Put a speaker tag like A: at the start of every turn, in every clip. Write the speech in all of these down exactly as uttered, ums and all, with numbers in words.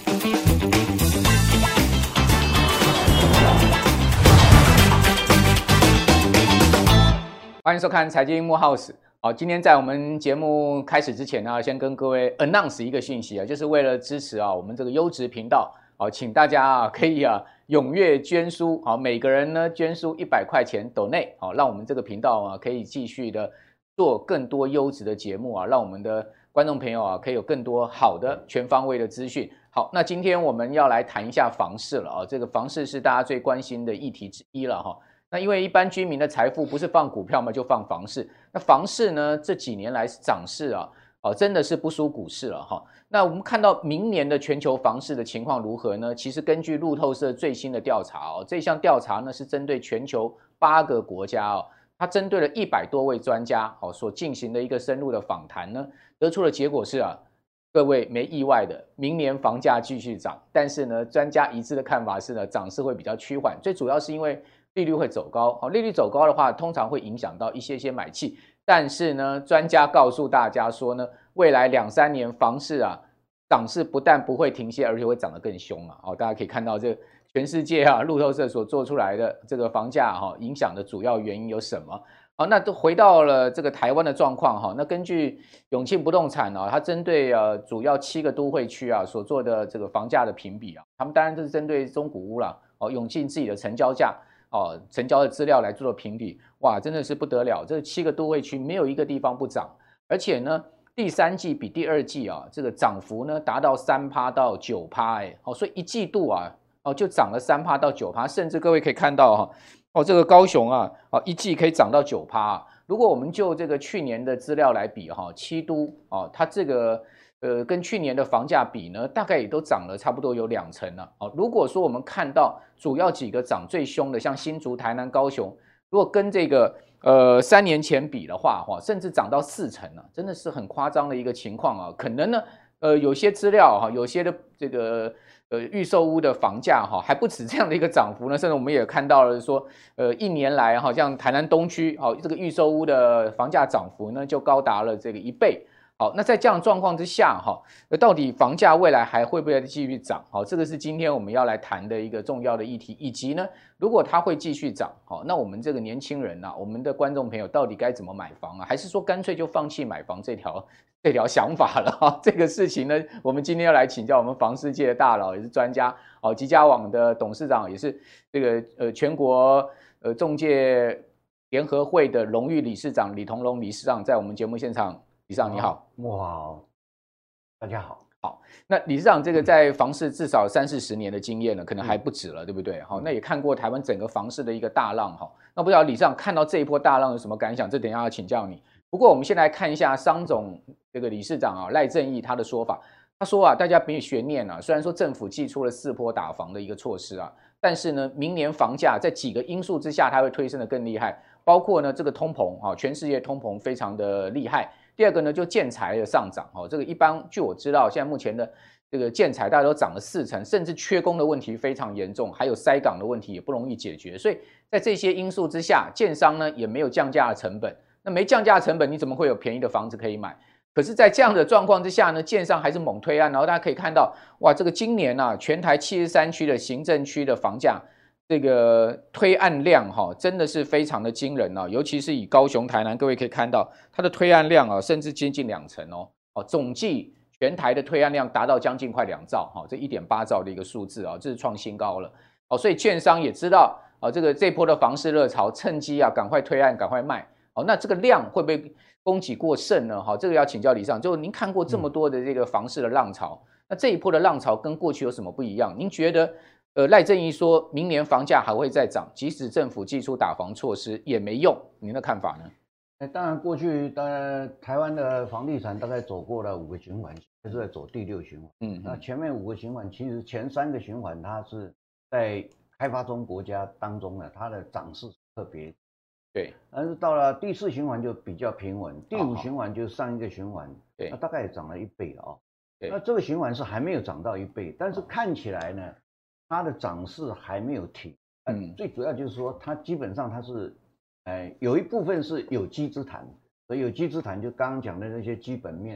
A: 欢迎收看财经幕 House。好，今天在我们节目开始之前呢，先跟各位 announce 一个讯息啊，就是为了支持啊我们这个优质频道，好，请大家啊可以啊踊跃捐书，好，每个人呢捐书一百块钱抖内，好，让我们这个频道啊可以继续的做更多优质的节目啊，让我们的观众朋友啊可以有更多好的全方位的资讯。好，那今天我们要来谈一下房市了啊，这个房市是大家最关心的议题之一了哈。那因为一般居民的财富不是放股票嘛，就放房市。那房市呢，这几年来涨势啊，哦，真的是不输股市了哈。那我们看到明年的全球房市的情况如何呢？其实根据路透社最新的调查哦，这项调查呢是针对全球八个国家哦，它针对了一百多位专家哦所进行的一个深入的访谈呢，得出的结果是啊，各位没意外的，明年房价继续涨，但是呢，专家一致的看法是呢，涨势会比较趋缓，最主要是因为利率会走高，利率走高的话，通常会影响到一些些买气。但是呢，专家告诉大家说呢，未来两三年房市啊，涨势不但不会停歇，而且会涨得更凶啊！哦，大家可以看到这全世界啊，路透社所做出来的这个房价哈、啊，影响的主要原因有什么？好，那都回到了这个台湾的状况哈。那根据永庆不动产啊，它针对呃主要七个都会区啊所做的这个房价的评比啊，他们当然这是针对中古屋啦，哦，永庆自己的成交价。哦，成交的资料来做的评比，哇，真的是不得了！这七个都会区没有一个地方不涨，而且呢，第三季比第二季啊，这个涨幅呢达到三趴到九趴，哎，哦，所以一季度啊，哦就涨了三趴到九趴，甚至各位可以看到哈、啊，哦这个高雄啊，哦一季可以涨到九趴、啊。如果我们就这个去年的资料来比哈、啊，七都哦，它这个。呃，跟去年的房价比呢，大概也都涨了差不多有两成了。哦，如果说我们看到主要几个涨最凶的，像新竹、台南、高雄，如果跟这个呃三年前比的话，哈，甚至涨到四成了，真的是很夸张的一个情况啊。可能呢，呃，有些资料哈，有些的这个呃预售屋的房价哈，还不止这样的一个涨幅呢，甚至我们也看到了说，呃，一年来好像台南东区，哦，这个预售屋的房价涨幅呢，就高达了这个一倍。好，那在这样的状况之下，哈，那到底房价未来还会不会继续涨？好，这个是今天我们要来谈的一个重要的议题，以及呢，如果它会继续涨，好，那我们这个年轻人啊，我们的观众朋友到底该怎么买房啊？还是说干脆就放弃买房这条这条想法了？哈，这个事情呢，我们今天要来请教我们房市界的大佬，也是专家，哦，吉家网的董事长，也是这个呃全国呃仲介联合会的荣誉理事长李同龙理事长，在我们节目现场。理事长你好，
B: 哇，大家好，
A: 好。那理事长这个在房市至少三四十年的经验了，可能还不止了，对不对？好，那也看过台湾整个房市的一个大浪哈。那不知道理事长看到这一波大浪有什么感想？这等一下要请教你。不过我们先来看一下商总这个理事长啊赖正义他的说法。他说啊，大家没有悬念啊，虽然说政府祭出了四波打房的一个措施啊，但是呢，明年房价在几个因素之下，它会推升的更厉害，包括呢这个通膨啊，全世界通膨非常的厉害。第二个呢，就建材的上涨，哦，这个一般据我知道，现在目前的这个建材大概都涨了四成，甚至缺工的问题非常严重，还有塞港的问题也不容易解决，所以在这些因素之下，建商呢也没有降价的成本，那没降价的成本，你怎么会有便宜的房子可以买？可是，在这样的状况之下呢，建商还是猛推案，然后大家可以看到，哇，这个今年啊，全台七十三区的行政区的房价。这个推案量哈、哦，真的是非常的惊人哦，尤其是以高雄、台南，各位可以看到它的推案量啊、哦，甚至接近两成哦。哦，总计全台的推案量达到将近快两兆，哈、哦，这一点八兆的一个数字啊、哦，这是创新高了。哦，所以券商也知道啊、哦，这个这波的房市热潮，趁机啊，赶快推案，赶快卖。哦，那这个量会不会供给过剩呢？哈、哦，这个要请教理事长，就您看过这么多的这个房市的浪潮，嗯、那这一波的浪潮跟过去有什么不一样？您觉得？呃，赖正义说明年房价还会再涨，即使政府祭出打房措施也没用，您的看法呢？
B: 那当然，过去当然台湾的房地产大概走过了五个循环，就是在走第六循环。嗯，那前面五个循环，其实前三个循环它是在开发中国家当中呢，它的涨势特别
A: 对，
B: 但是到了第四循环就比较平稳，第五循环就是上一个循环，
A: 对，
B: 那大概也涨了一倍了哦。
A: 对，
B: 那这个循环是还没有涨到一倍，但是看起来呢。它的涨势还没有停，嗯，最主要就是说，它基本上它是，呃，有一部分是有机之谈，所以有机之谈就刚刚讲的那些基本面，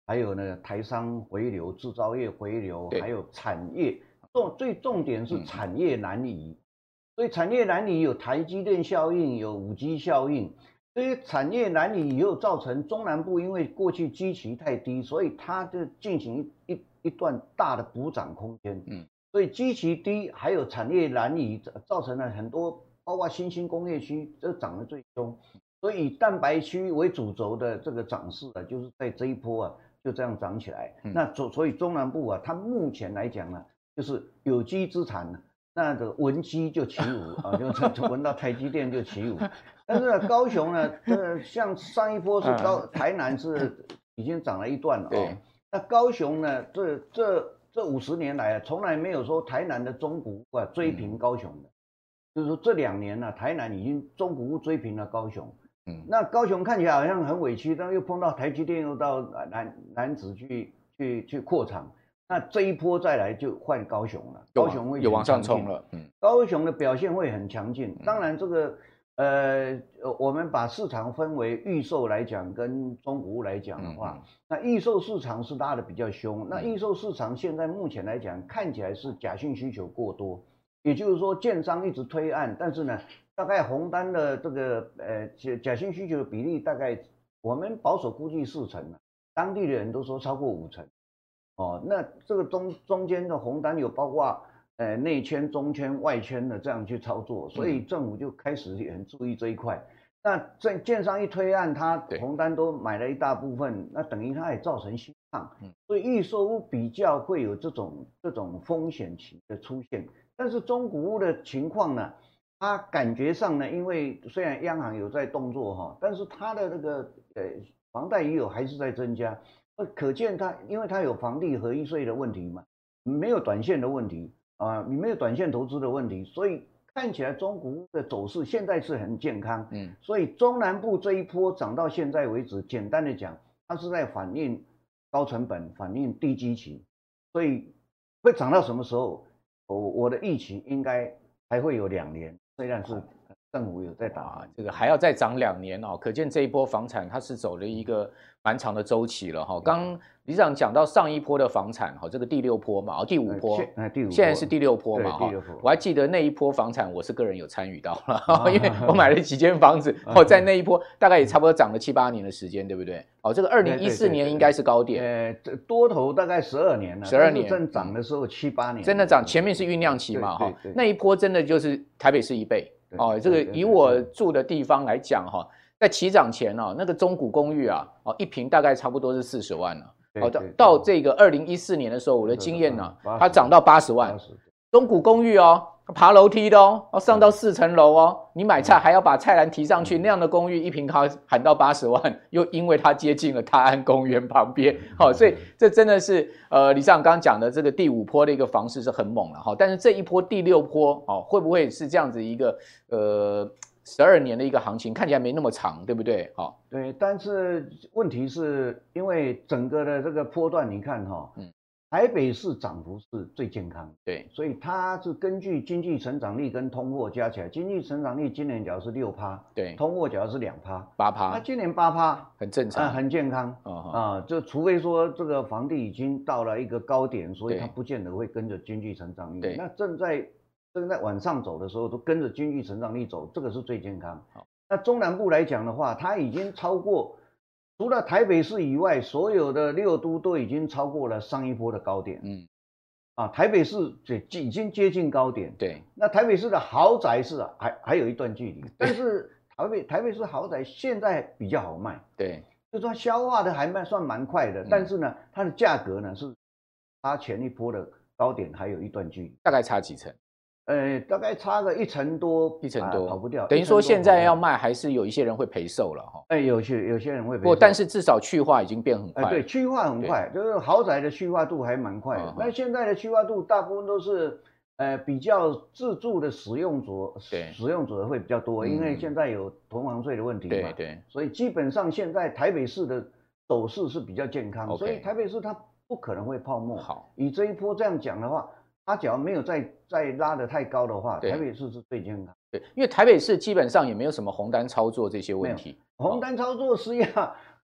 B: 还有呢台商回流、制造业回流，还有产业重最重点是产业南移，嗯、所以产业南移有台积电效应，有五 G 效应。这些产业南移以后造成中南部因为过去基期太低，所以它就进行一一段大的补涨空间。嗯，所以基期低，还有产业南移，造成了很多包括新兴工业区这涨得最凶。所以以蛋白区为主轴的这个涨势啊，就是在这一波啊就这样涨起来。嗯、那所所以中南部啊，它目前来讲呢、啊，就是有机资产呢。那个闻鸡就起舞啊，就闻到台积电就起舞。但是呢，高雄呢，这个像上一波是高，台南是已经涨了一段了哦。那高雄呢，这这这五十年来啊，从来没有说台南的中古屋啊追平高雄的，嗯、就是说这两年呢、啊，台南已经中古屋追平了高雄。嗯，那高雄看起来好像很委屈，但又碰到台积电又到南南子去去去扩厂。那这一波再来就换高雄了，高雄会
A: 有往上冲了，
B: 嗯，高雄的表现会很强劲。当然，这个呃，我们把市场分为预售来讲跟中古屋来讲的话，嗯嗯、那预售市场是拉的比较凶。那预售市场现在目前来讲看起来是假性需求过多，也就是说建商一直推案，但是呢，大概红单的这个呃假性需求的比例大概我们保守估计四成了，当地的人都说超过五成。哦，那这个中中间的红单有包括呃内圈、中圈、外圈的这样去操作，所以政府就开始也很注意这一块。嗯、那这建商一推案，他红单都买了一大部分，那等于他也造成新创，嗯、所以预售屋比较会有这种这种风险期的出现。但是中古屋的情况呢，它感觉上呢，因为虽然央行有在动作哈，但是它的那个呃房贷余额还是在增加。可见它，因为它有房地合一税的问题嘛，没有短线的问题啊，你没有短线投资的问题，所以看起来中古屋的走势现在是很健康。嗯，所以中南部这一波涨到现在为止，简单的讲，它是在反映高成本，反映低基期，所以会涨到什么时候？我我的预期应该还会有两年，虽然是政府有在打，
A: 这个还要再涨两年哦，可见这一波房产它是走了一个蛮长的周期了哈。刚刚理事长讲到上一波的房产哈，这个第六波嘛，哦第五波，
B: 哎第五，
A: 现在是第六波嘛哈。我还记得那一波房产，我是个人有参与到了，因为我买了几间房子，哦在那一波大概也差不多涨了七八年的时间，对不对？哦，这个二零一四年应该是高点，
B: 呃，这多头大概十二年了，
A: 十二年
B: 正涨的时候七八年，
A: 真的涨，前面是酝酿期嘛哈，那一波真的就是台北市一倍。哦，这个以我住的地方来讲哈，在起涨前哦，那个中古公寓啊，哦一坪大概差不多是四十万了。哦，到到这个二零一四年的时候，我的经验呢，它涨到八十万。中古公寓哦，爬楼梯的哦，要上到四层楼哦，你买菜还要把菜篮提上去，那样的公寓一坪它喊到八十万，又因为它接近了泰安公园旁边，好、哦，所以这真的是呃，李市长刚刚讲的这个第五波的一个房市是很猛了哈、哦，但是这一波第六波哦，会不会是这样子一个呃十二年的一个行情，看起来没那么长，对不对？好、哦，
B: 对，但是问题是因为整个的这个波段，你看哈、哦，嗯。台北市涨幅是最健康，
A: 对，
B: 所以它是根据经济成长率跟通货加起来，经济成长率今年假如是六趴，
A: 对，
B: 通货假如是两趴，
A: 八趴，
B: 那今年八趴
A: 很正常，
B: 啊、很健康、哦、啊，就除非说这个房地已经到了一个高点，所以它不见得会跟着经济成长率，对，那正在正在往上走的时候，都跟着经济成长率走，这个是最健康。好，那中南部来讲的话，它已经超过。除了台北市以外，所有的六都都已经超过了上一波的高点。嗯，啊，台北市已经接近高点。
A: 对，
B: 那台北市的豪宅是还还有一段距离，但是台北台北市豪宅现在比较好卖。
A: 对，
B: 就说消化的还蛮算蛮快的，嗯、但是呢，它的价格呢是它前一波的高点还有一段距离，
A: 大概差几成？
B: 呃，大概差个一成多，
A: 一成多、
B: 啊、跑不掉。
A: 等于说现在要卖，还是有一些人会赔售了哈。
B: 哎，有些有些人会赔售。
A: 不过，但是至少去化已经变很快、
B: 呃。对，去化很快，就是豪宅的去化度还蛮快的。那、嗯、现在的去化度大部分都是呃比较自住的使用者，对，使用者会比较多，嗯、因为现在有囤房税的问题嘛。
A: 对对。
B: 所以基本上现在台北市的走势是比较健康， okay, 所以台北市它不可能会泡沫。
A: 好，
B: 以这一波这样讲的话。它只要没有再再拉得太高的话，台北市是最健康。
A: 对，因为台北市基本上也没有什么红单操作这些问题。
B: 红单操作是要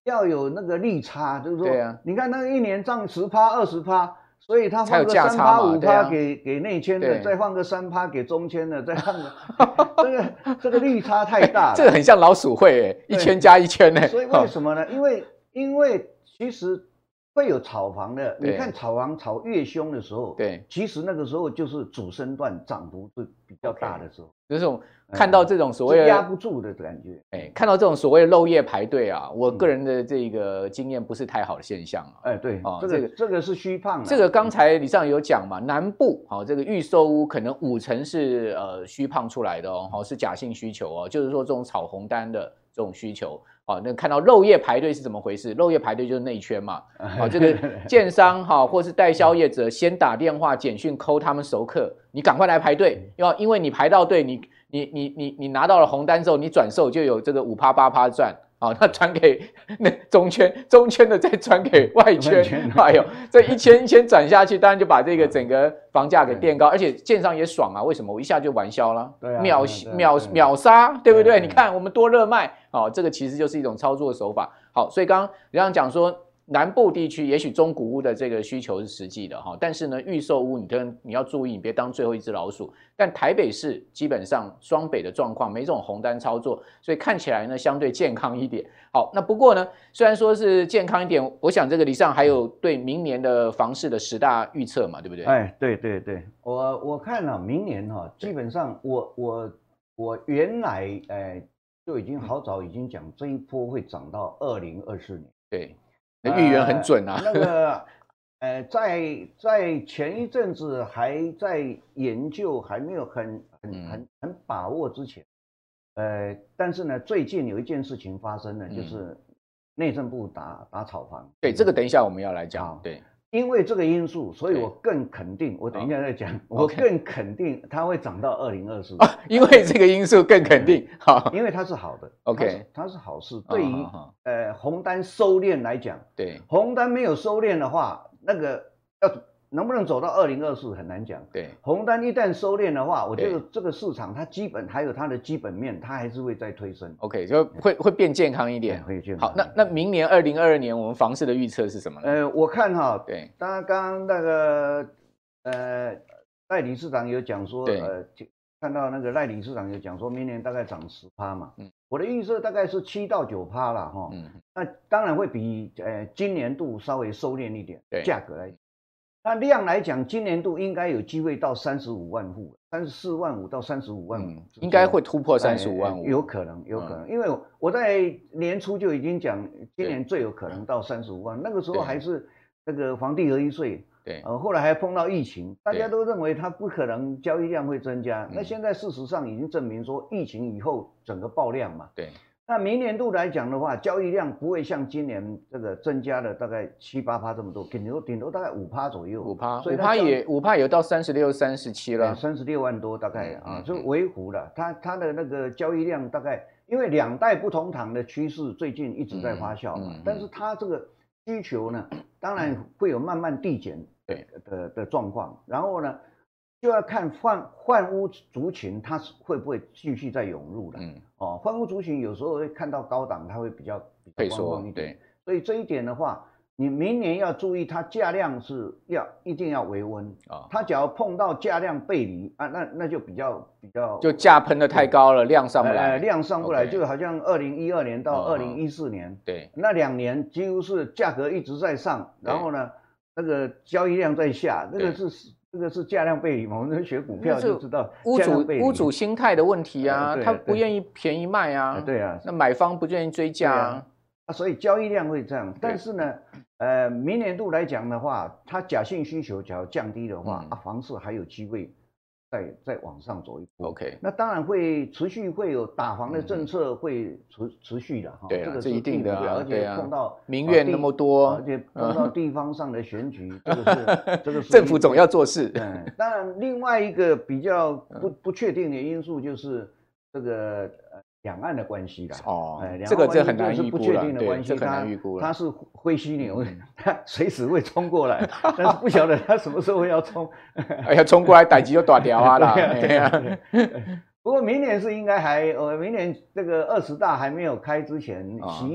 B: 要有那个利差，就是说，
A: 对啊，
B: 你看那个一年涨十趴、二十趴，所以他放个三
A: 趴、
B: 五趴给给内圈的，再放个三趴给中圈的，再放个这个这个利差太大了，
A: 这个很像老鼠会哎，一圈加一圈哎。
B: 所以为什么呢？因为因为其实会有炒房的，你看炒房炒越凶的时候，
A: 对，
B: 其实那个时候就是主升段涨幅是比较大的时候，
A: 就是我看到这种所谓的
B: 压不住的感觉，
A: 哎，看到这种所谓的漏夜排队啊，我个人的这个经验不是太好的现象啊。
B: 哎，对，这个这个是虚胖，
A: 这个刚才李尚有讲嘛，南部好这个预售屋可能五成是呃虚胖出来的哦，是假性需求哦，就是说这种炒红单的这种需求。哦，那看到漏夜排队是怎么回事？漏夜排队就是内圈嘛。哦，这个建商哈、哦，或是代销业者先打电话简讯扣他们熟客，你赶快来排队，要因为你排到队，你你你你你拿到了红单之后，你转售就有这个五趴八趴赚。好，那转给那中圈，中圈的再转给外圈，哎呦，这一圈一圈转下去，当然就把这个整个房价给垫高，而且建商也爽啊，为什么？我一下就完销了，
B: 对啊，
A: 秒秒秒杀，对不对？你看我们多热卖，好，这个其实就是一种操作手法。好，所以刚刚李亮讲说，南部地区也许中古屋的这个需求是实际的哈，但是呢，预售屋你跟你要注意，你别当最后一只老鼠。但台北市基本上双北的状况没这种红单操作，所以看起来呢相对健康一点。好，那不过呢，虽然说是健康一点，我想这个李尚还有对明年的房市的十大预测嘛，对不对？
B: 哎，对对对，我我看了、啊、明年哈、啊，基本上我我我原来哎就已经好早已经讲这一波会涨到二零二四年。
A: 对。那预言很准啊，
B: 呃、那个，呃，在在前一阵子还在研究，还没有很很很很把握之前，呃，但是呢，最近有一件事情发生了，嗯、就是内政部打打炒房。
A: 对，这个等一下我们要来讲。对。
B: 因为这个因素，所以我更肯定，我等一下再讲，我更肯定它会涨到二零二四。
A: 因为这个因素更肯定，好，
B: 因为它是好的
A: ，OK，
B: 它是好事。对于呃红单收敛来讲，
A: 对，
B: 红单没有收敛的话，那个要能不能走到二零二四很难讲。
A: 对，
B: 红单一旦收敛的话，我觉得这个市场它基本还有它的基本面，它还是会再推升。
A: OK， 就会会变健康一点，
B: 会健康。
A: 好，那那明年二零二二年我们房市的预测是什么呢？
B: 呃，我看哈，
A: 对，
B: 当然刚刚那个呃赖理事长有讲说，呃，看到那个赖理事长有讲说明年大概涨十趴嘛，嗯，我的预测大概是七到九趴啦哈，嗯，那当然会比呃今年度稍微收敛一点，
A: 对，
B: 价格来讲。那量来讲，今年度应该有机会到三十五万户，三十四万五到三十五万户，嗯，
A: 应该会突破三十五万户，
B: 有可能，有可能，嗯，因为我在年初就已经讲，今年最有可能到三十五万，那个时候还是这个房地合一税，
A: 对，
B: 呃，后来还碰到疫情，大家都认为它不可能交易量会增加，
A: 嗯，
B: 那现在事实上已经证明说，疫情以后整个爆量嘛，
A: 对。
B: 那明年度来讲的话，交易量不会像今年这个增加了大概七八趴这么多，顶多顶多大概五趴左右，
A: 五趴，五趴也五趴也到三十六、三十七了，
B: 三十六万多大概啊，就微幅了。它它的那个交易量大概，因为两代不同堂的趋势最近一直在发酵嘛，但是它这个需求呢，当然会有慢慢递减对的的状况，然后呢。就要看换换屋族群，它会不会继续再涌入了？嗯，哦，换屋族群有时候会看到高档，它会比较比较观望一点。所以这一点的话，你明年要注意，它价量是要一定要维温啊。它只要碰到价量背离啊，那那就比较比较
A: 就价喷得太高了，量上不来，
B: 呃，量上不来，就好像二零一二年到二零一四年，
A: 对，
B: 那两年几乎是价格一直在上，然后呢，那个交易量在下，那个是。这个是价量背离嘛？我们学股票就知道，
A: 屋主屋主心态的问题啊，他不愿意便宜卖啊，
B: 对啊，
A: 那买方不愿意追价啊，
B: 啊，所以交易量会这样。但是呢，呃，明年度来讲的话，它假性需求只要降低的话，啊，房市还有机会再再往上走一波。
A: OK，
B: 那当然会持续会有打房的政策会持持续的哈，
A: 对，
B: 这个
A: 是一定的，
B: 而且碰到
A: 民怨那么多，
B: 而且碰到地方上的选举，这个是这个是
A: 政府总要做事。
B: 嗯，当然另外一个比较不不确定的因素就是这个两岸的关系啦。
A: 哦，这个这很难预估了，
B: 不确定的关系，
A: 很难预估了。
B: 它是灰犀牛，它随时会冲过来，但是不晓得它什么时候要冲。
A: 哎呀，冲过来，逮鸡就打掉啊啦。
B: 对呀。不过明年是应该还，呃，明年这个二十大还没有开之前，习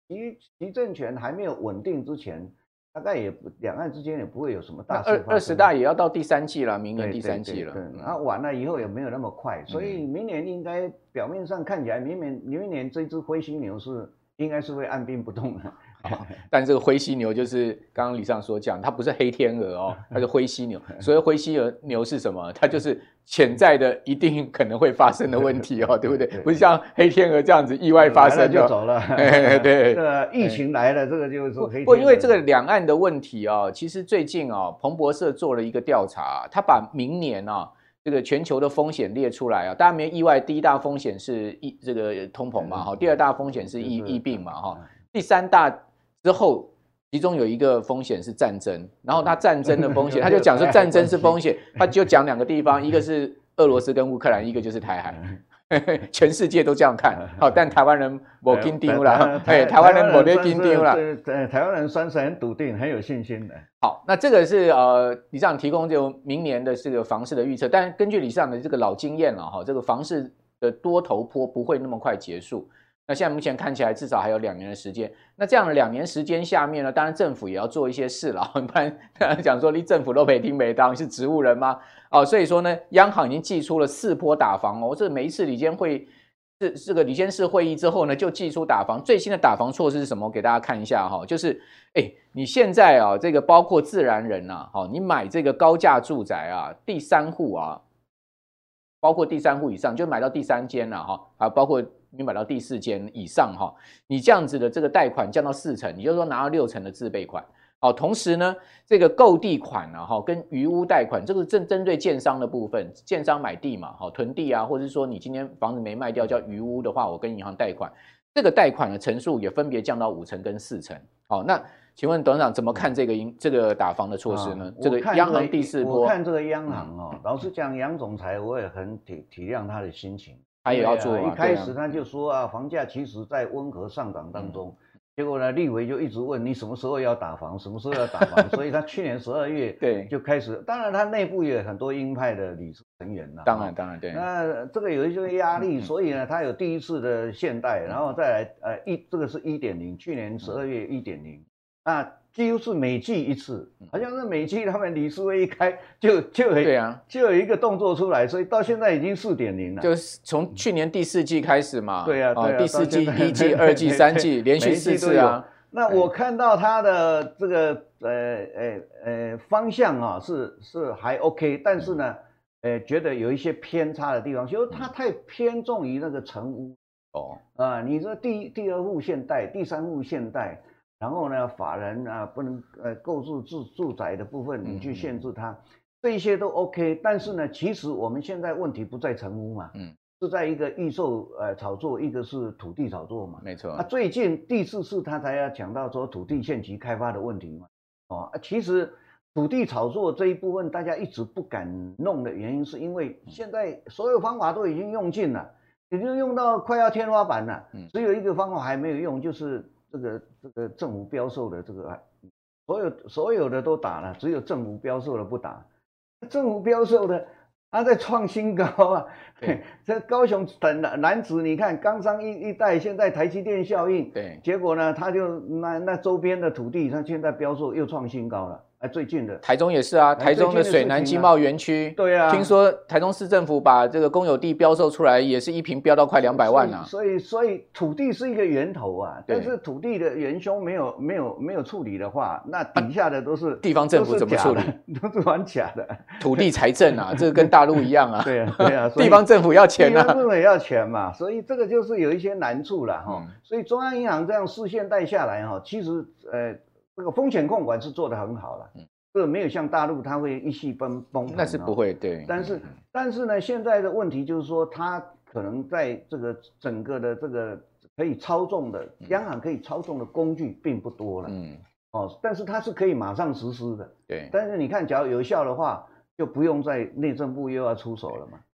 B: 习习政权还没有稳定之前，大概也不两岸之间也不会有什么大事。
A: 二二十大也要到第三季了，明年第三季了。
B: 对，然后完了以后也没有那么快，所以明年应该表面上看起来，明年明年这只灰犀牛是应该是会按兵不动的。
A: 但这个灰犀牛就是刚刚李上所讲，它不是黑天鹅哦，它是灰犀牛。所谓灰犀牛是什么？它就是潜在的一定可能会发生的问题哦，对不对？不是像黑天鹅这样子意外发生的
B: 就走了。
A: 对，
B: 这个疫情来了，这个就是说黑天鹅。
A: 不，因为这个两岸的问题哦，其实最近哦，彭博社做了一个调查，他把明年啊这个全球的风险列出来啊，大家没意外，第一大风险是疫这个通膨嘛，哈，第二大风险是疫疫病嘛，哈，第三大之后，其中有一个风险是战争，然后他战争的风险，他就讲说战争是风险，他就讲两个地方，一个是俄罗斯跟乌克兰，一个就是台海，全世界都这样看，好，但台湾人没紧张啦，哎，台湾人没得紧张啦，
B: 对，台湾人算是很笃定，很有信心的。
A: 好，那这个是呃，李市长提供就明年的这个房市的预测，但根据李市长的这个老经验了哈，这个房市的多头波不会那么快结束。那现在目前看起来至少还有两年的时间，那这样的两年时间下面呢，当然政府也要做一些事了，不然讲说你政府都没听没当是植物人吗？哦，所以说呢，央行已经祭出了四波打房哦，这每一次理监会这这个理监事会议之后呢，就祭出打房，最新的打房措施是什么？我给大家看一下哈，就是哎，你现在啊，这个包括自然人呐，好，你买这个高价住宅啊，第三户啊，包括第三户以上，就买到第三间了哈，啊，包括你买到第四间以上哈，你这样子的这个贷款降到四成，也就是说拿到六成的自备款。好，同时呢，这个购地款啊，哈，跟余屋贷款，这个针针对建商的部分，建商买地嘛，好，囤地啊，或者是说你今天房子没卖掉叫余屋的话，我跟银行贷款，这个贷款的成数也分别降到五成跟四成。好，那请问董事长怎么看这个这个打房的措施呢？啊、这个央行第四波，
B: 我看这个央行哦，老实讲，杨总裁我也很体体谅他的心情。
A: 他也要做、啊
B: 啊，一开始他就说啊，房价其实在温和上涨当中，嗯、结果呢，立委就一直问你什么时候要打房，什么时候要打房，所以他去年十二月对就开始，当然他内部也有很多鹰派的理事成员呐，
A: 当然当然对，
B: 那这个有一些压力，嗯、所以呢，他有第一次的限贷，然后再来呃一这个是 一点零， 去年十二月 一点零， 那几乎是每季一次，好像是每季他们理事会一开就就有对啊，就有一个动作出来，所以到现在已经 四点零 了，
A: 就是从去年第四季开始嘛，
B: 对啊，对啊，
A: 第四季、一季、二季、三季连续四次啊。
B: 那我看到他的这个呃呃呃方向啊是是还 OK， 但是呢，呃觉得有一些偏差的地方，就是他太偏重于那个成屋哦啊，你说第第二户限贷，第三户限贷。然后呢，法人啊不能呃购置住住宅的部分，你去限制它，嗯、这些都 OK。但是呢，其实我们现在问题不在成屋嘛，嗯，是在一个预售呃炒作，一个是土地炒作嘛，
A: 没错。
B: 啊，最近第四次他才要讲到说土地限期开发的问题嘛，哦，啊、其实土地炒作这一部分大家一直不敢弄的原因，是因为现在所有方法都已经用尽了，已经用到快要天花板了，嗯，只有一个方法还没有用，就是。这个这个政府标售的这个，所有所有的都打了，只有政府标售的不打。政府标售的，它在创新高啊！这高雄等楠梓，你看冈山一一带，现在台积电效应，对，结果呢，它就那那周边的土地，它现在标售又创新高了。哎，最近的
A: 台中也是啊，台中的水南经贸园区，
B: 对啊，
A: 听说台中市政府把这个公有地标售出来，也是一坪标到快两百万啊。
B: 所以，所以土地是一个源头啊，但是土地的元凶没有没有没有处理的话，那底下的都是、啊、
A: 地方政府怎么处理？
B: 都是玩假的。
A: 土地财政啊，这个跟大陆一样啊。
B: 对啊，对啊，
A: 地方政府要钱啊，
B: 地方政府也要钱嘛，所以这个就是有一些难处了哈。嗯、所以中央银行这样四线带下来哈，其实呃这个风险控管是做得很好了。嗯，这个没有像大陆，它会一系崩崩盘，
A: 那是不会对。
B: 但是，但是呢，现在的问题就是说，它可能在这个整个的这个可以操纵的央行可以操纵的工具并不多了。嗯，哦，但是它是可以马上实施的。
A: 对。
B: 但是你看，假如有效的话，就不用在内政部又要出手了嘛。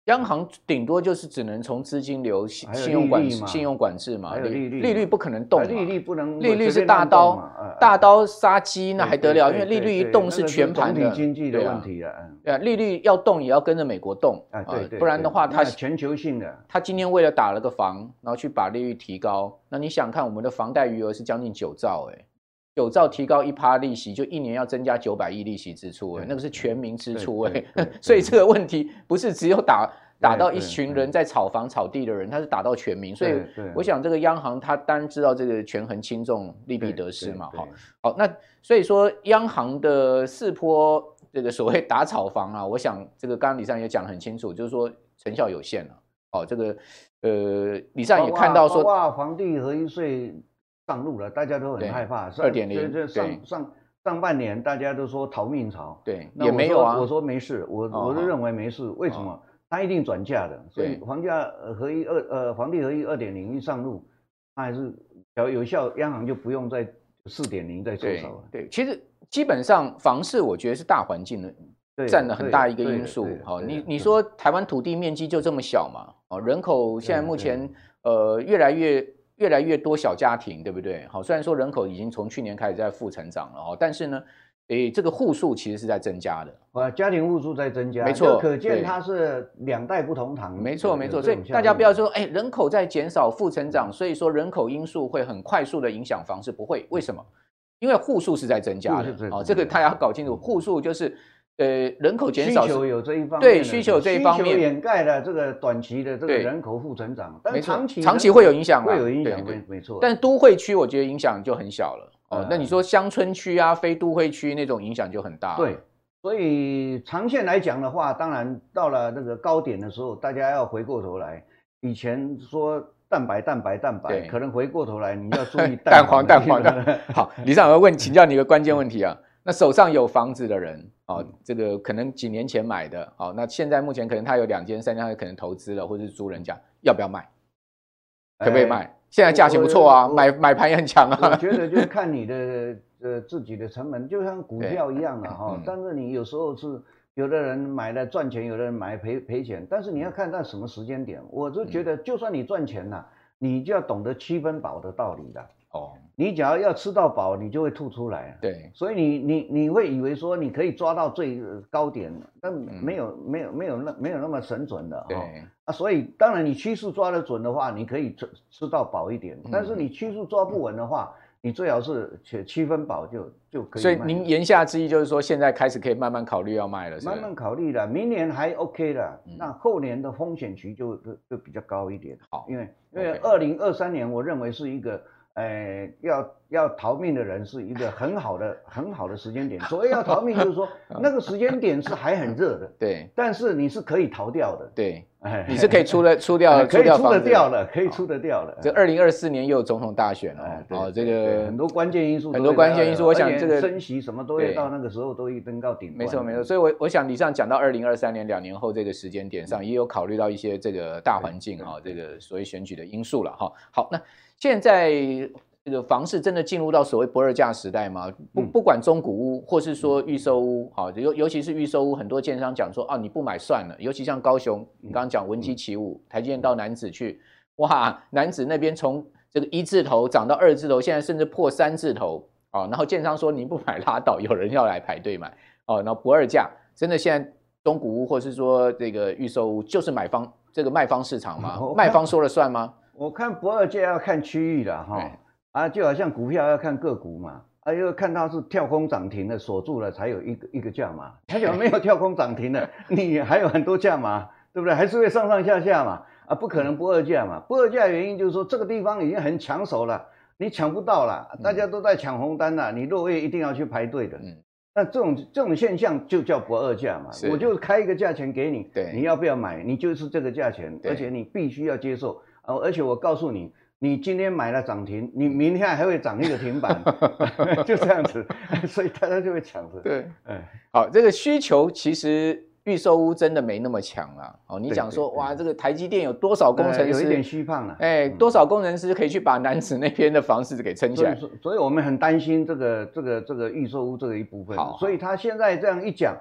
A: 央行顶多就是只能从资金流、信用管制、信用管制嘛，
B: 利率
A: 利率不可能动嘛，
B: 利率不能，
A: 利率是大刀，大刀杀鸡那还得了？因为利率一动是全盘的，
B: 经济的问题了。
A: 对啊，利率要动也要跟着美国动
B: 啊，对对，
A: 不然的话它
B: 全球性的。
A: 他今天为了打了个房，然后去把利率提高，那你想看我们的房贷余额是将近九兆哎。九兆提高一趴利息，就一年要增加九百亿利息支出，哎，那个是全民支出，哎，所以这个问题不是只有打打到一群人在炒房炒地的人，它是打到全民，所以我想这个央行它当然知道这个权衡轻重，利弊得失嘛，哈，好，那所以说央行的四波这个所谓打炒房啊，我想这个刚刚李尚也讲得很清楚，就是说成效有限了，哦，这个呃李尚也看到说，
B: 哇，房地合一税上路了，大家都很害怕。
A: 二点零，
B: 这上上上半年大家都说逃命潮，
A: 对，也没有啊。
B: 我说没事，我我就认为没事。为什么？它一定转嫁的，所以房价合一二呃房地合一二点零一上路，它还是有有效，央行就不用再四点零再出手了。
A: 对，其实基本上房市我觉得是大环境的占了很大一个因素。好，你你说台湾土地面积就这么小嘛？哦，人口现在目前呃越来越。越来越多小家庭，对不对？好，虽然说人口已经从去年开始在负成长了哦，但是呢，诶，这个户数其实是在增加的。
B: 啊，家庭户数在增加，
A: 没错，
B: 可见它是两代不同堂。
A: 没错，没错。所以大家不要说，哎，人口在减少、负成长，所以说人口因素会很快速的影响房市，不会。为什么？因为户数是在增加的。哦，这个大家要搞清楚，户数就是。呃，人口减少，
B: 需求有这一方面，
A: 对需求这一方面，
B: 需求掩盖了这个短期的这个人口负成长，但长期
A: 长期会有影响，
B: 会有影响，没没错。
A: 但都会区我觉得影响就很小了哦。那你说乡村区啊、非都会区那种影响就很大。
B: 对，所以长线来讲的话，当然到了那个高点的时候，大家要回过头来，以前说蛋白、蛋白、蛋白，可能回过头来你要注意
A: 蛋黄、蛋黄的。好，李尚，我要问请教你一个关键问题啊。那手上有房子的人，哦，这个可能几年前买的，哦，那现在目前可能他有两间、三间，他可能投资了，或者是租人家，要不要卖？可不可以卖？欸、现在价钱不错啊，买买盘也很强啊。
B: 我觉得就是看你的呃自己的成本，就像股票一样的哈、嗯。但是你有时候是有的人买了赚钱，有的人买赔赔钱，但是你要看在什么时间点。我就觉得，就算你赚钱了，你就要懂得七分饱的道理了。哦，你只要要吃到饱，你就会吐出来。
A: 对，
B: 所以你你你会以为说你可以抓到最高点，但没有、嗯、没有没有那没有那么神准的。
A: 对、哦、
B: 啊，所以当然你趋势抓得准的话，你可以吃吃到饱一点。嗯、但是你趋势抓不稳的话，嗯、你最好是且七分饱就就可以。
A: 所以您言下之意就是说，现在开始可以慢慢考虑要卖了，是
B: 慢慢考虑了，明年还 OK 了，嗯、那后年的风险区就就就比较高一点。
A: 好，
B: 因为因为二零二三年我认为是一个。呃，要要逃命的人是一个很好的很好的时间点。所谓要逃命，就是说那个时间点是还很热的，
A: 对，
B: 但是你是可以逃掉的，
A: 对，你是可以出了出掉，
B: 可以出得掉了，可以出得掉了。
A: 这二零二四年又有总统大选了，哦，这个
B: 很多关键因素，
A: 很多关键因素，我想这个
B: 升息什么都会到那个时候都会登到顶端。
A: 没错没错，所以我我想李尚讲到二零二三年两年后这个时间点上，也有考虑到一些这个大环境哈，这个所谓选举的因素了哈。好，那现在。这个房市真的进入到所谓不二价时代吗？不，不管中古屋或是说预售屋，好，尤尤其是预售屋，很多建商讲说啊，你不买算了。尤其像高雄，你刚刚讲文基起舞，台积电到楠梓去，哇，楠梓那边从这个一字头涨到二字头，现在甚至破三字头，哦，然后建商说你不买拉倒，有人要来排队买，哦，然后不二价，真的现在中古屋或是说这个预售屋就是买方这个卖方市场吗？卖方说了算吗？
B: 我看不二价要看区域的哈。啊，就好像股票要看个股嘛，啊，又看它是跳空涨停的锁住了才有一个一个价码，它假如没有跳空涨停的，你还有很多价码，对不对？还是会上上下下嘛，啊，不可能不二价嘛。不二价的原因就是说这个地方已经很抢手了，你抢不到了，大家都在抢红单了，你落叶一定要去排队的。嗯，那这种这种现象就叫不二价嘛，我就开一个价钱给你，你要不要买？你就是这个价钱，而且你必须要接受啊，而且我告诉你。你今天买了涨停，你明天还会涨一个停板，就这样子，所以大家就会抢着。
A: 对，哎，好，这个需求其实预售屋真的没那么强了。哦，你讲说哇，这个台积电有多少工程师，
B: 有一点虚胖了。
A: 哎，多少工程师可以去把楠梓那边的房子给撑起来？
B: 所以，所以我们很担心这个这个这个预售屋这个一部分。好，所以他现在这样一讲。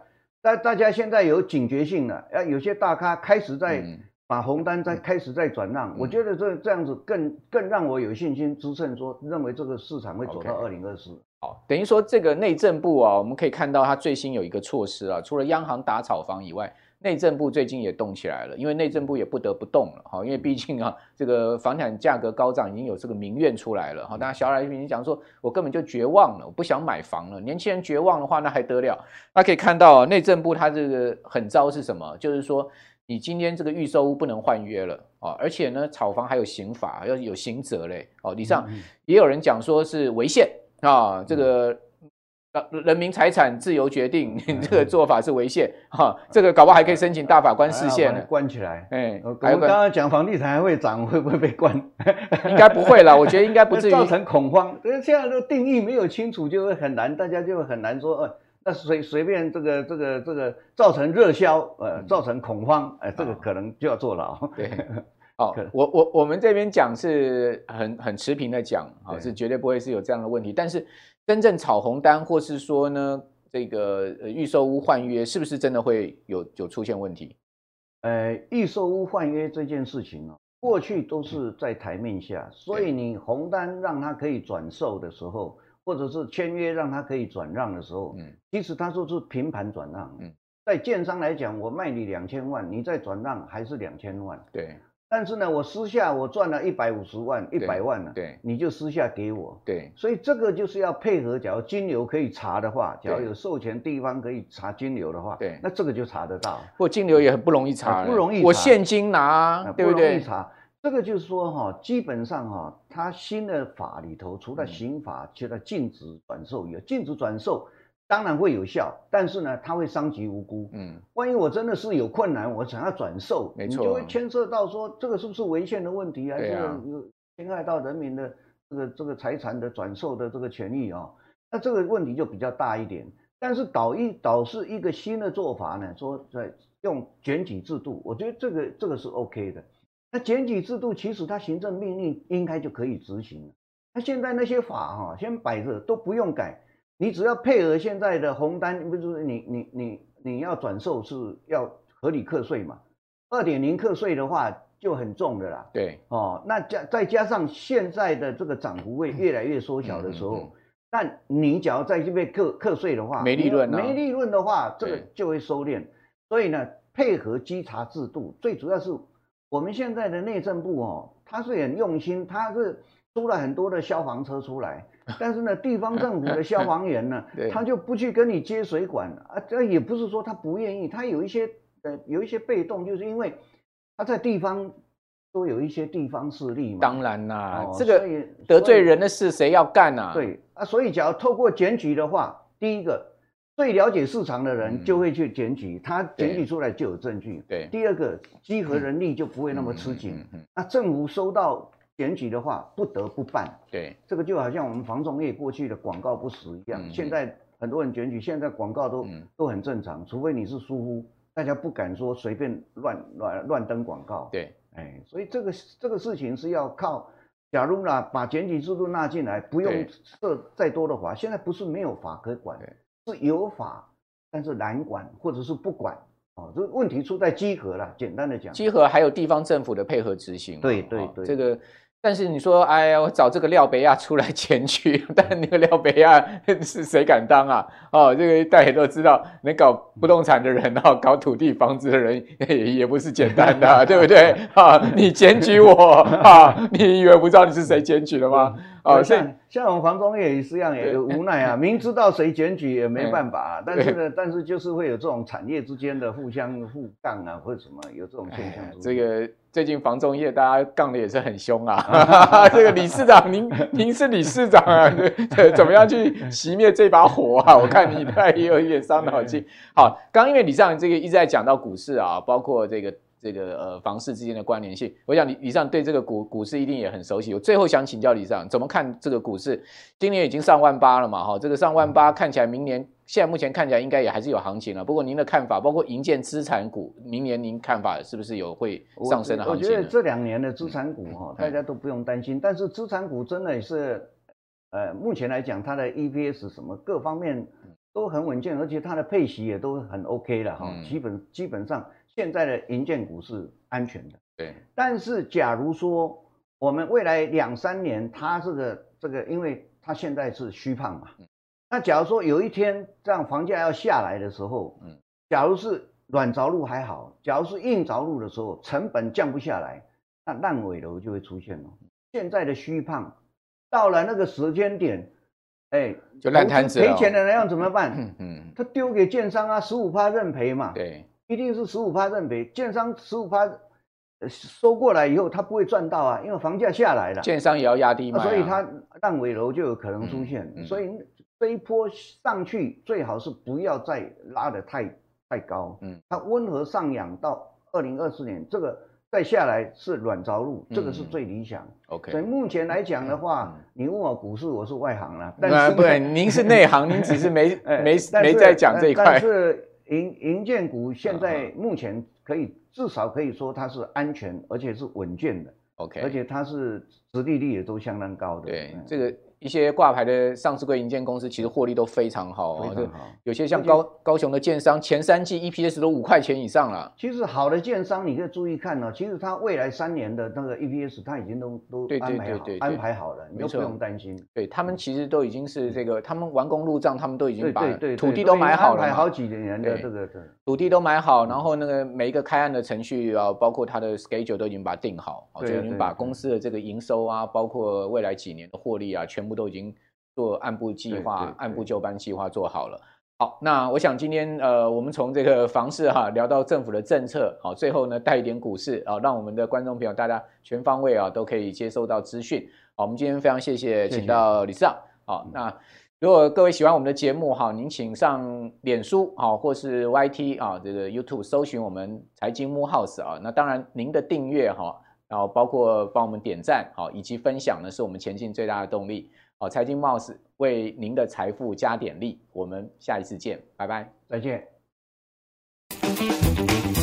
B: 大大家现在有警觉性了，要有些大咖开始在把红单在开始在转让，嗯、我觉得这这样子更更让我有信心支撑说，认为这个市场会走到二零二四。
A: 好，等于说这个内政部啊，我们可以看到它最新有一个措施啊，除了央行打炒房以外。内政部最近也动起来了，因为内政部也不得不动了哈，因为毕竟啊，这个房产价格高涨，已经有这个民怨出来了哈。大家小来宾讲说，我根本就绝望了，我不想买房了。年轻人绝望的话，那还得了？大家可以看到，内政部它这个狠招是什么？就是说，你今天这个预售屋不能换约了啊，而且呢，炒房还有刑法，要有刑责嘞。哦，以上也有人讲说是违宪啊，这个。人民财产自由决定，这个做法是违宪哈，这个搞不好还可以申请大法官释宪呢，
B: 关起来。
A: 哎，
B: 我刚刚讲房地产还会涨，会不会被关？
A: 应该不会啦，我觉得应该不至于
B: 造成恐慌。现在的定义没有清楚，就会很难，大家就会很难说，呃，那随随便这个这个这个造成热销，呃，造成恐慌，呃，这个可能就要坐牢。
A: 对。哦，我我我们这边讲是很很持平的讲，啊，是绝对不会是有这样的问题。但是真正炒红单，或是说呢，这个预售屋换约，是不是真的会有有出现问题？
B: 呃，预售屋换约这件事情哦，过去都是在台面下，所以你红单让它可以转售的时候，或者是签约让它可以转让的时候，嗯，其实它就是平盘转让。嗯，在建商来讲，我卖你两千万，你再转让还是两千万。
A: 对。
B: 但是呢，我私下我赚了一百五十万、一百万了，
A: 对，
B: 你就私下给我，
A: 对，
B: 所以这个就是要配合。假如金流可以查的话，假如有授权地方可以查金流的话，
A: 对，
B: 那这个就查得到。
A: 不过金流也很不容易查，
B: 不容易查，
A: 我现金拿，对不对？
B: 不容易查。这个就是说哈，基本上哈，它新的法里头，除了刑法，除了禁止转售以外，禁止转售。当然会有效，但是呢，它会伤及无辜。嗯，万一我真的是有困难，我想要转售，
A: 没错，
B: 你就会牵涉到说这个是不是违宪的问题，还是侵害到人民的这个这个财产的转售的这个权益啊、哦？那这个问题就比较大一点。但是导一导是一个新的做法呢，说在用检举制度，我觉得这个这个是 OK 的。那检举制度其实它行政命令应该就可以执行了。那现在那些法哈、哦，先摆着都不用改。你只要配合现在的红单，不是你你你你要转售是要合理课税嘛？ 二点零 课税的话就很重的啦。
A: 对，
B: 哦，那加再加上现在的这个涨幅会越来越缩小的时候，嗯嗯嗯但你只要再去被课课税的话，
A: 没利润、啊，
B: 没利润的话，这个就会收敛。所以呢，配合稽查制度，最主要是我们现在的内政部哦，他是很用心，他是出了很多的消防车出来。但是呢，地方政府的消防员呢，他就不去跟你接水管啊，这也不是说他不愿意，他有一些呃有一些被动，就是因为他在地方都有一些地方势力嘛。
A: 当然啦，哦、这个得罪人的事谁要干啊？
B: 对啊，所以假如透过检举的话，第一个最了解市场的人就会去检举，嗯、他检举出来就有证据。
A: 对，
B: 第二个稽核人力就不会那么吃紧。嗯嗯嗯嗯、那政府收到检举的话，不得不办。
A: 对，
B: 这个就好像我们房仲业过去的广告不实一样，嗯、现在很多人检举，现在广告都、嗯、都很正常，除非你是疏忽，大家不敢说随便乱乱乱登广告。
A: 对，
B: 哎，所以这个这个事情是要靠，假如呢把检举制度纳进来，不用设再多的法，现在不是没有法可管，是有法，但是难管或者是不管。哦，这个问题出在稽核啦，简单的讲，
A: 稽核还有地方政府的配合执行。
B: 对对对，
A: 这个。但是你说，哎呀，我找这个廖北亚出来检举，但那个廖北亚是谁敢当啊？哦，这个大家都知道，能搞不动产的人，哦，搞土地房子的人也也不是简单的、啊，对不对？啊，你检举我啊，你以为不知道你是谁检举的吗？
B: 哦，像像我们房仲业也是一样，也有无奈啊，明知道谁检举也没办法、啊，但是呢，但是就是会有这种产业之间的互相互杠啊，或者什么有这种现象。
A: 这个最近房仲业大家杠的也是很凶啊，这个理事长，您您是理事长啊，怎么样去熄灭这把火啊？我看你大概也有一点伤脑筋。好，刚因为理事长这个一直在讲到股市啊，包括这个。这个呃房市之间的关联性，我想理理事长对这个股股市一定也很熟悉。我最后想请教理事长，怎么看这个股市？今年已经上万八了嘛，哈，这个上万八看起来明年现在目前看起来应该也还是有行情了。不过您的看法，包括营建资产股，明年您看法是不是有会上升的行情？
B: 我觉得这两年的资产股哈，大家都不用担心。但是资产股真的也是，呃，目前来讲它的 E P S 什么各方面都很稳健，而且它的配息也都很 OK 了哈、嗯，基本基本上现在的营建股是安全的。
A: 对，
B: 但是假如说我们未来两三年，它这个这个，因为它现在是虚胖嘛，嗯、那假如说有一天这样房价要下来的时候，嗯，假如是软着陆还好，假如是硬着陆的时候，成本降不下来，那烂尾楼就会出现了。现在的虚胖到了那个时间点。哎，
A: 就烂摊子了。
B: 赔钱的人要怎么办？嗯嗯，他丢给建商啊，十五趴认赔嘛。
A: 对，
B: 一定是十五趴认赔。建商十五趴收过来以后，他不会赚到啊，因为房价下来了。
A: 建商也要压低卖、啊，
B: 所以他烂尾楼就有可能出现。嗯嗯、所以这一波上去最好是不要再拉得太太高。嗯，它温和上扬到二零二四年，这个再下来是软着陆，这个是最理想。嗯
A: OK，
B: 所以目前来讲的话，嗯、你问我股市，我是外行啦。
A: 但是不对，您是内行，您只是没没没在讲这一块。
B: 但是营营建股现在目前可以至少可以说它是安全，而且是稳健的。
A: OK，
B: 而且它是殖利率也都相当高的。
A: 对，嗯、这个一些挂牌的上市柜营建公司，其实获利都非常好哦。
B: 非常好，
A: 有些像高高雄的建商，前三季 E P S 都五块钱以上了。
B: 其实好的建商，你可以注意看哦，其实它未来三年的那个 E P S， 它已经都都安排好，安排好了，你都不用担心。
A: 对，他们其实都已经是这个，他们完工入账，他们都已经把土地都买好了，
B: 安排好几年的这个
A: 土地都买好，然后那个每一个开案的程序啊，包括它的 schedule 都已经把它定好，就已经把公司的这个营收啊，包括未来几年的获利啊，全部都已经做按部计划、按部就班计划做好了。好，那我想今天呃，我们从这个房市哈聊到政府的政策，好，最后呢带一点股市啊，让我们的观众朋友大家全方位啊都可以接收到资讯。好，我们今天非常谢谢请到理事长。好，那如果各位喜欢我们的节目哈，您请上脸书好或是 Y T 啊这个 YouTube 搜寻我们财经木 House 啊，那当然您的订阅哈，然后包括帮我们点赞好以及分享呢，是我们前进最大的动力。好，财经 Mouse 为您的财富加点力，我们下一次见，拜拜，
B: 再见。